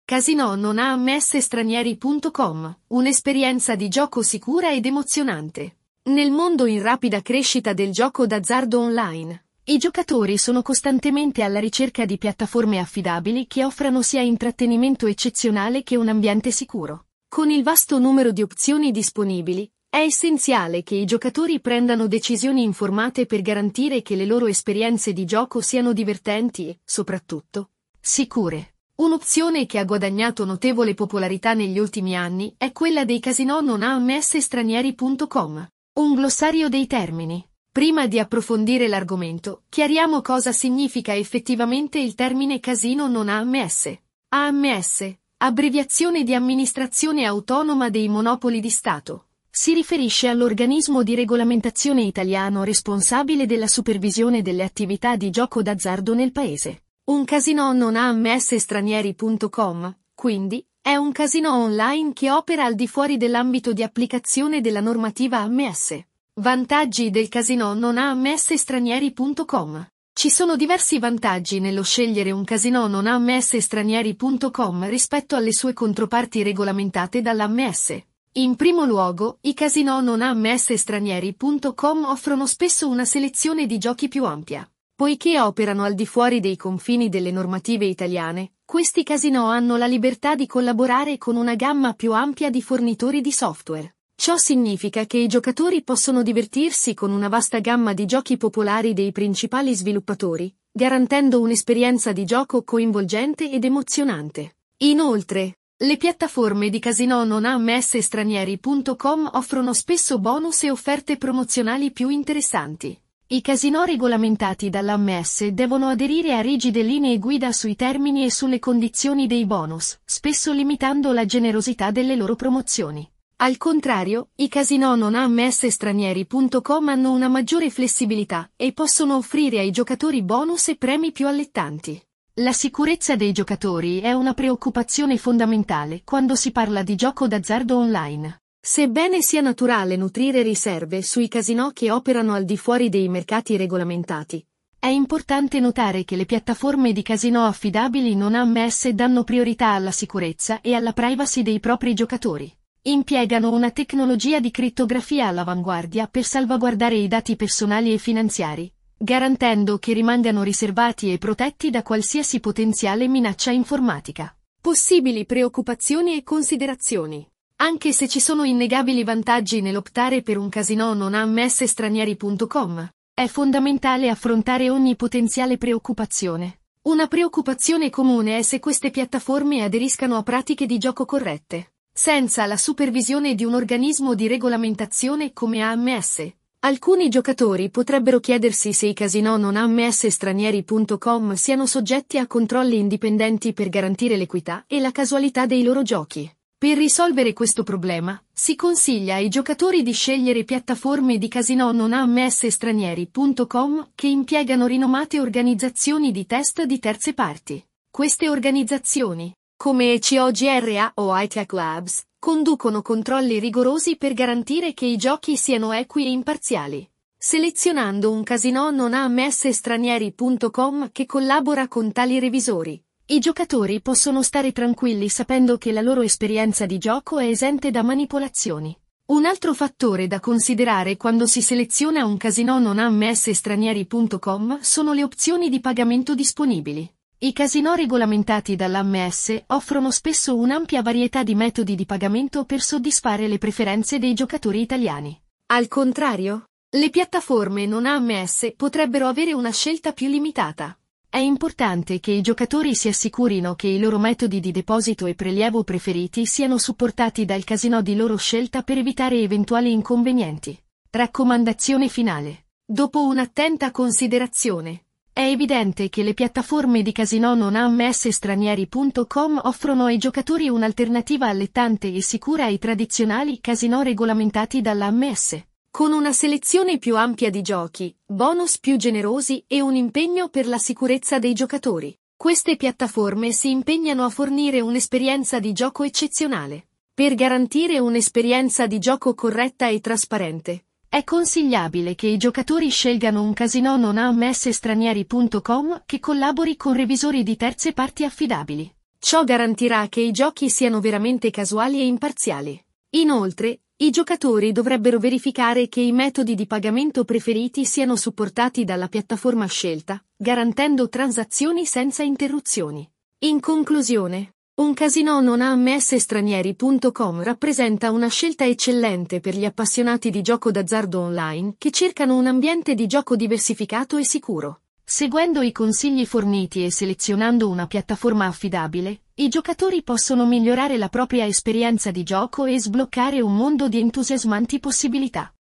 Casino non AMS stranieri.com, un'esperienza di gioco sicura ed emozionante. Nel mondo in rapida crescita del gioco d'azzardo online, i giocatori sono costantemente alla ricerca di piattaforme affidabili che offrano sia intrattenimento eccezionale che un ambiente sicuro. Con il vasto numero di opzioni disponibili, è essenziale che i giocatori prendano decisioni informate per garantire che le loro esperienze di gioco siano divertenti e, soprattutto, sicure. Un'opzione che ha guadagnato notevole popolarità negli ultimi anni è quella dei casinò non AMS stranieri.com. Un glossario dei termini. Prima di approfondire l'argomento, chiariamo cosa significa effettivamente il termine casino non AMS. AMS, abbreviazione di Amministrazione Autonoma dei Monopoli di Stato. Si riferisce all'organismo di regolamentazione italiano responsabile della supervisione delle attività di gioco d'azzardo nel paese. Un casinò non AMS stranieri.com, quindi, è un casinò online che opera al di fuori dell'ambito di applicazione della normativa AMS. Vantaggi del casinò non AMS stranieri.com. Ci sono diversi vantaggi nello scegliere un casinò non AMS stranieri.com rispetto alle sue controparti regolamentate dall'AMS. In primo luogo, i casinò non AMS stranieri.com offrono spesso una selezione di giochi più ampia. Poiché operano al di fuori dei confini delle normative italiane, questi casinò hanno la libertà di collaborare con una gamma più ampia di fornitori di software. Ciò significa che i giocatori possono divertirsi con una vasta gamma di giochi popolari dei principali sviluppatori, garantendo un'esperienza di gioco coinvolgente ed emozionante. Inoltre, le piattaforme di casinò non AMS stranieri.com offrono spesso bonus e offerte promozionali più interessanti. I casinò regolamentati dall'AMS devono aderire a rigide linee guida sui termini e sulle condizioni dei bonus, spesso limitando la generosità delle loro promozioni. Al contrario, i casinò non AMS stranieri.com hanno una maggiore flessibilità e possono offrire ai giocatori bonus e premi più allettanti. La sicurezza dei giocatori è una preoccupazione fondamentale quando si parla di gioco d'azzardo online. Sebbene sia naturale nutrire riserve sui casinò che operano al di fuori dei mercati regolamentati, è importante notare che le piattaforme di casinò affidabili non AMS danno priorità alla sicurezza e alla privacy dei propri giocatori. Impiegano una tecnologia di crittografia all'avanguardia per salvaguardare i dati personali e finanziari, garantendo che rimangano riservati e protetti da qualsiasi potenziale minaccia informatica. Possibili preoccupazioni e considerazioni. Anche se ci sono innegabili vantaggi nell'optare per un casinò non AMS stranieri.com, è fondamentale affrontare ogni potenziale preoccupazione. Una preoccupazione comune è se queste piattaforme aderiscano a pratiche di gioco corrette. Senza la supervisione di un organismo di regolamentazione come AMS, alcuni giocatori potrebbero chiedersi se i casinò non AMS stranieri.com siano soggetti a controlli indipendenti per garantire l'equità e la casualità dei loro giochi. Per risolvere questo problema, si consiglia ai giocatori di scegliere piattaforme di casinò non AMS stranieri.com che impiegano rinomate organizzazioni di test di terze parti. Queste organizzazioni, come COGRA o iTech Labs, conducono controlli rigorosi per garantire che i giochi siano equi e imparziali. Selezionando un casinò non AMS stranieri.com che collabora con tali revisori, i giocatori possono stare tranquilli sapendo che la loro esperienza di gioco è esente da manipolazioni. Un altro fattore da considerare quando si seleziona un casinò non AMS stranieri.com sono le opzioni di pagamento disponibili. I casinò regolamentati dall'AMS offrono spesso un'ampia varietà di metodi di pagamento per soddisfare le preferenze dei giocatori italiani. Al contrario, le piattaforme non AMS potrebbero avere una scelta più limitata. È importante che i giocatori si assicurino che i loro metodi di deposito e prelievo preferiti siano supportati dal casinò di loro scelta per evitare eventuali inconvenienti. Raccomandazione finale. Dopo un'attenta considerazione, è evidente che le piattaforme di casinò non AMS stranieri.com offrono ai giocatori un'alternativa allettante e sicura ai tradizionali casinò regolamentati dall'AMS. Con una selezione più ampia di giochi, bonus più generosi e un impegno per la sicurezza dei giocatori, queste piattaforme si impegnano a fornire un'esperienza di gioco eccezionale. Per garantire un'esperienza di gioco corretta e trasparente, è consigliabile che i giocatori scelgano un casinò non AMS stranieri.com che collabori con revisori di terze parti affidabili. Ciò garantirà che i giochi siano veramente casuali e imparziali. Inoltre, i giocatori dovrebbero verificare che i metodi di pagamento preferiti siano supportati dalla piattaforma scelta, garantendo transazioni senza interruzioni. In conclusione, un casino non AMS Stranieri.com rappresenta una scelta eccellente per gli appassionati di gioco d'azzardo online che cercano un ambiente di gioco diversificato e sicuro. Seguendo i consigli forniti e selezionando una piattaforma affidabile, i giocatori possono migliorare la propria esperienza di gioco e sbloccare un mondo di entusiasmanti possibilità.